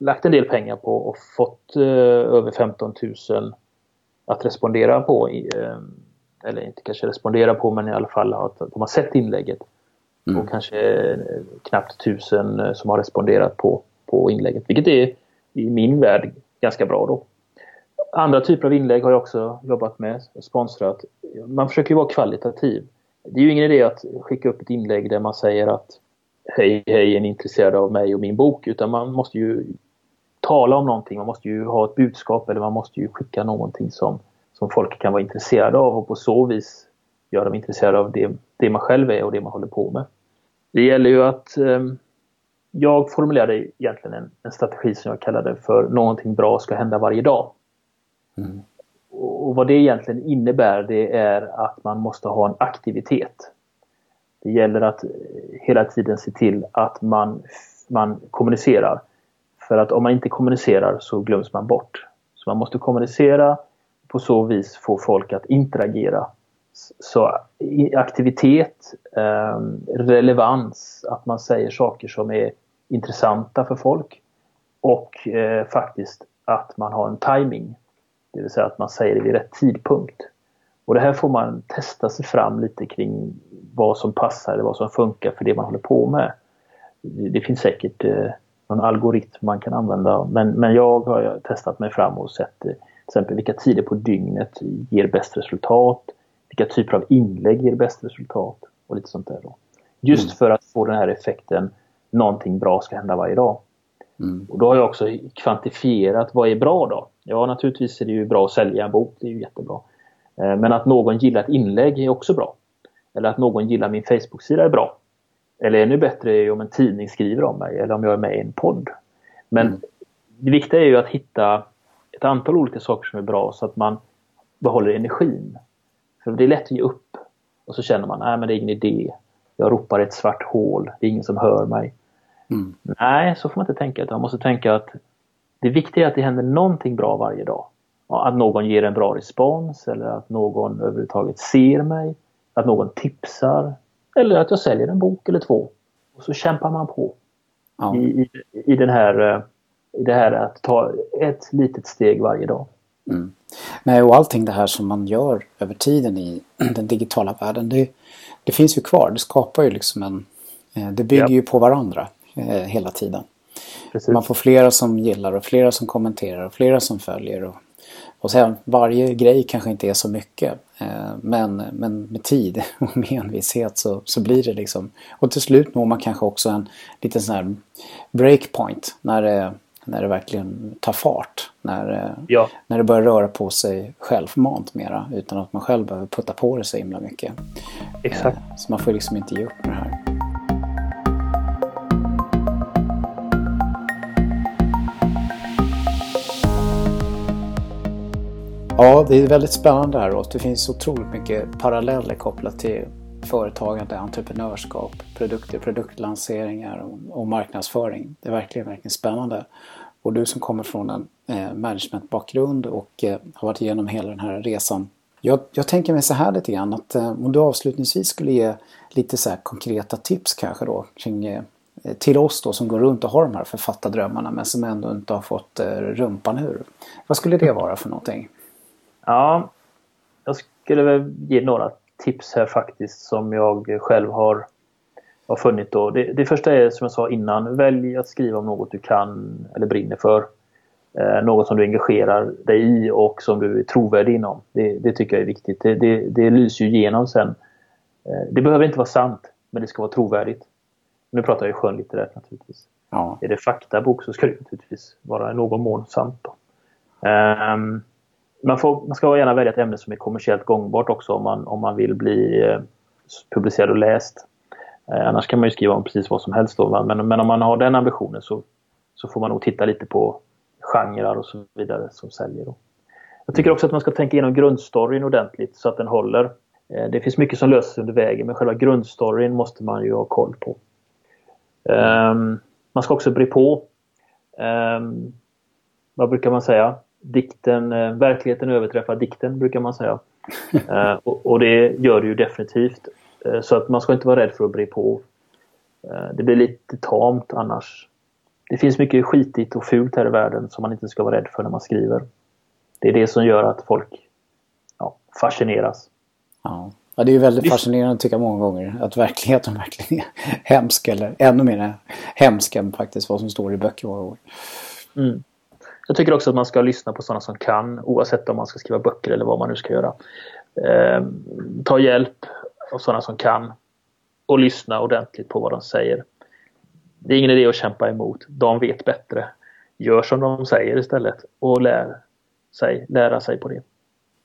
lagt en del pengar på och fått över 15 000 att respondera på. Eller inte kanske respondera på, men i alla fall att de har sett inlägget. Och kanske knappt 1000 som har responderat på inlägget. Vilket är i min värld ganska bra då. Andra typer av inlägg har jag också jobbat med och sponsrat. Man försöker ju vara kvalitativ. Det är ju ingen idé att skicka upp ett inlägg där man säger att hej, är ni intresserade av mig och min bok? Utan man måste ju tala om någonting. Man måste ju ha ett budskap, eller man måste ju skicka någonting som folk kan vara intresserade av, och på så vis göra dem intresserade av det man själv är och det man håller på med. Det gäller ju att jag formulerade egentligen en strategi som jag kallade för någonting bra ska hända varje dag. Och vad det egentligen innebär, det är att man måste ha en aktivitet. Det gäller att hela tiden se till att man kommunicerar. För att om man inte kommunicerar så glöms man bort. Så man måste kommunicera, på så vis få folk att interagera. Så aktivitet, relevans, att man säger saker som är intressanta för folk, och faktiskt att man har en timing, det vill säga att man säger det vid rätt tidpunkt. Och det här får man testa sig fram lite kring vad som passar eller vad som funkar för det man håller på med. Det finns säkert någon algoritm man kan använda, men jag har testat mig fram och sett till exempel vilka tider på dygnet ger bäst resultat, vilka typer av inlägg ger bäst resultat och lite sånt där då. Just för att få den här effekten, någonting bra ska hända varje dag. Och då har jag också kvantifierat vad är bra då. Ja, naturligtvis är det ju bra att sälja en bok, det är ju jättebra. Men att någon gillar ett inlägg är också bra. Eller att någon gillar min Facebook-sida är bra. Eller ännu bättre är om en tidning skriver om mig, eller om jag är med i en podd. Men det viktiga är ju att hitta ett antal olika saker som är bra, så att man behåller energin. För det är lätt att ge upp. Och så känner man, nej men det är ingen idé. Jag ropar i ett svart hål, det är ingen som hör mig. Nej, så får man inte tänka. Man måste tänka att det viktiga är att det händer någonting bra varje dag. Att någon ger en bra respons, eller att någon överhuvudtaget ser mig. Att någon tipsar. Eller att jag säljer en bok eller två. Och så kämpar man på. Ja. I det här att ta ett litet steg varje dag. Nej, och allting det här som man gör över tiden i den digitala världen, det finns ju kvar. Det skapar ju liksom det bygger ju på varandra hela tiden. Precis. Man får flera som gillar och flera som kommenterar och flera som följer. Och sen varje grej kanske inte är så mycket. Men med tid och med envishet så blir det liksom. Och till slut når man kanske också en liten sån här breakpoint när det verkligen tar fart. När det börjar röra på sig självmant mera, utan att man själv behöver putta på det så himla mycket. Exakt. Så man får liksom inte ge upp med det här. Ja, det är väldigt spännande här, och det finns otroligt mycket paralleller kopplat till företagande, entreprenörskap, produktlanseringar och marknadsföring. Det är verkligen spännande. Och du som kommer från en managementbakgrund och har varit igenom hela den här resan. Jag tänker mig så här lite grann, att om du avslutningsvis skulle ge lite så här konkreta tips kanske då kring, till oss då som går runt och har de här författardrömmarna men som ändå inte har fått rumpan ur. Vad skulle det vara för någonting? Ja, jag skulle väl ge några tips här faktiskt som jag själv har funnit då. Det första är, som jag sa innan, välj att skriva om något du kan eller brinner för. Något som du engagerar dig i och som du är trovärdig inom. Det tycker jag är viktigt. Det lyser ju igenom sen. Det behöver inte vara sant, men det ska vara trovärdigt. Nu pratar jag ju skönlitterärt naturligtvis. Ja. Är det faktabok så ska det naturligtvis vara i någon mån sant då. Man ska gärna välja ett ämne som är kommersiellt gångbart också om man vill bli publicerad och läst. Annars kan man ju skriva om precis vad som helst då. Men om man har den ambitionen så får man nog titta lite på genrer och så vidare som säljer då. Jag tycker också att man ska tänka igenom grundstoryn ordentligt så att den håller. Det finns mycket som löses under vägen, men själva grundstoryn måste man ju ha koll på. Man ska också bry på. Vad brukar man säga? Verkligheten överträffar dikten, brukar man säga. Och det gör det ju definitivt. Så att man ska inte vara rädd för att bry på. Det blir lite tamt annars. det finns mycket skitigt och fult här i världen som man inte ska vara rädd för när man skriver. Det är det som gör att folk fascineras. Ja, det är ju väldigt fascinerande tycker jag många gånger. Att verkligheten verkligen är hemsk. Eller ännu mer hemsk än faktiskt vad som står i böcker många gånger. Mm. Jag tycker också att man ska lyssna på sådana som kan. Oavsett om man ska skriva böcker eller vad man nu ska göra. Ta hjälp av sådana som kan. Och lyssna ordentligt på vad de säger. Det är ingen idé att kämpa emot. De vet bättre. Gör som de säger istället. Och lära sig på det.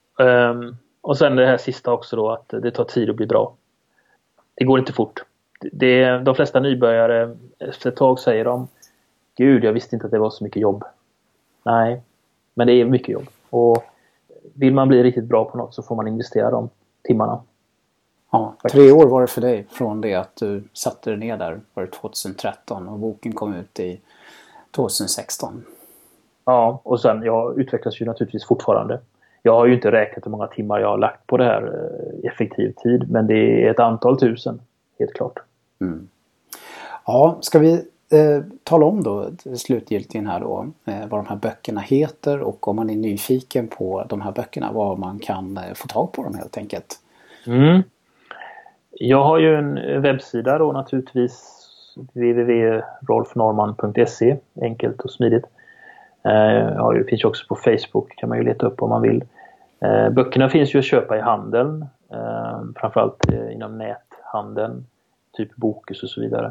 Och sen det här sista också då. Att det tar tid att bli bra. Det går inte fort. De flesta nybörjare efter ett tag säger de: Gud, jag visste inte att det var så mycket jobb. Nej, men det är mycket jobb. Och vill man bli riktigt bra på något så får man investera de timmarna. Ja, 3 år var det för dig från det att du satte dig ner där. Var det 2013 och boken kom ut i 2016. Ja, och sen jag utvecklas ju naturligtvis fortfarande. Jag har ju inte räknat hur många timmar jag har lagt på det här effektiv tid. Men det är ett antal tusen, helt klart. Mm. Ja, ska vi tala om då slutgiltigt här då vad de här böckerna heter och om man är nyfiken på de här böckerna, vad man kan få tag på dem helt enkelt. Mm. Jag har ju en webbsida då naturligtvis, www.rolfnorman.se, enkelt och smidigt. Det finns ju också på Facebook, kan man ju leta upp om man vill. Böckerna finns ju att köpa i handeln, framförallt inom näthandeln, typ Bokus och så vidare.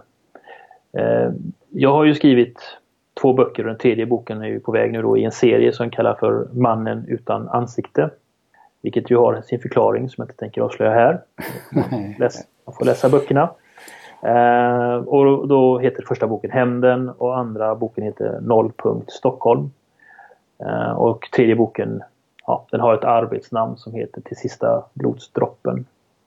Jag har ju skrivit 2 böcker och den tredje boken är ju på väg nu då i en serie som kallas för Mannen utan ansikte. Vilket ju har sin förklaring som jag inte tänker avslöja här. Man får läsa böckerna. Och då heter första boken Hämnden och andra boken heter Nollpunkt Stockholm. Och tredje boken, den har ett arbetsnamn som heter Till sista blodsdroppen.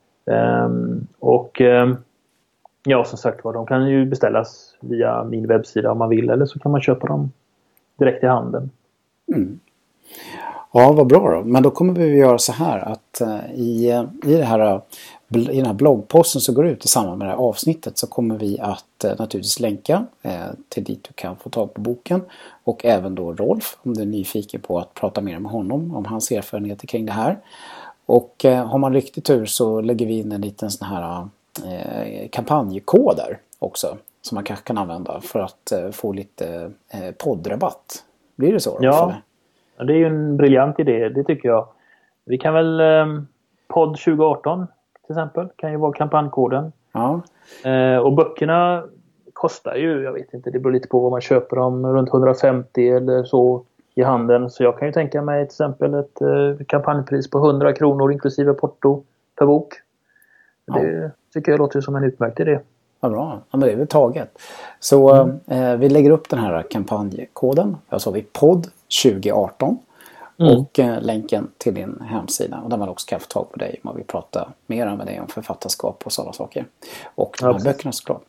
Som sagt var, de kan ju beställas via min webbsida om man vill, eller så kan man köpa dem direkt i handeln. Mm. Ja, vad bra då. Men då kommer vi att göra så här att i den här bloggposten som går ut i samband med det här avsnittet så kommer vi att naturligtvis länka till dit du kan få tag på boken och även då Rolf om du är nyfiken på att prata mer med honom om hans erfarenheter kring det här. Och har man riktigt tur så lägger vi in en liten sån här kampanjkoder också som man kanske kan använda för att få lite poddrabatt. Blir det så? Ja, det är ju en briljant idé, det tycker jag. Vi kan väl podd 2018 till exempel, kan ju vara kampanjkoden. Ja. Och böckerna kostar ju, jag vet inte, det beror lite på vad man köper dem, runt 150 eller så i handeln. Så jag kan ju tänka mig till exempel ett kampanjpris på 100 kronor inklusive porto per bok. Det tycker jag låter som en utmärkt idé. Ja, bra. Ja, men det är väl taget. Så vi lägger upp den här kampanjkoden. Alltså vi podd 2018. Och länken till din hemsida. Och där man också kan få tag på dig om man vill prata mer med dig om författarskap och sådana saker. Och de här böckerna såklart.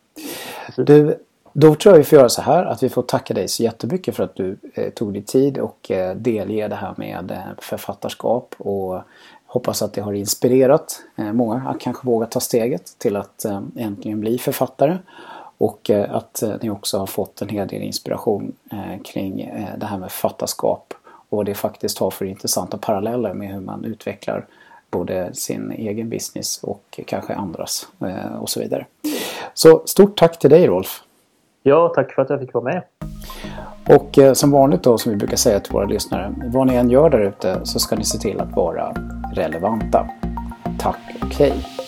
Då tror jag vi får göra så här att vi får tacka dig så jättemycket för att du tog dig tid och delger det här med författarskap och hoppas att det har inspirerat många att kanske våga ta steget till att äntligen bli författare och att ni också har fått en hel del inspiration kring det här med författarskap och vad det faktiskt har för intressanta paralleller med hur man utvecklar både sin egen business och kanske andras och så vidare. Så stort tack till dig Rolf. Ja, tack för att jag fick vara med. Och som vanligt då, som vi brukar säga till våra lyssnare, vad ni än gör där ute så ska ni se till att vara relevanta. Tack och hej!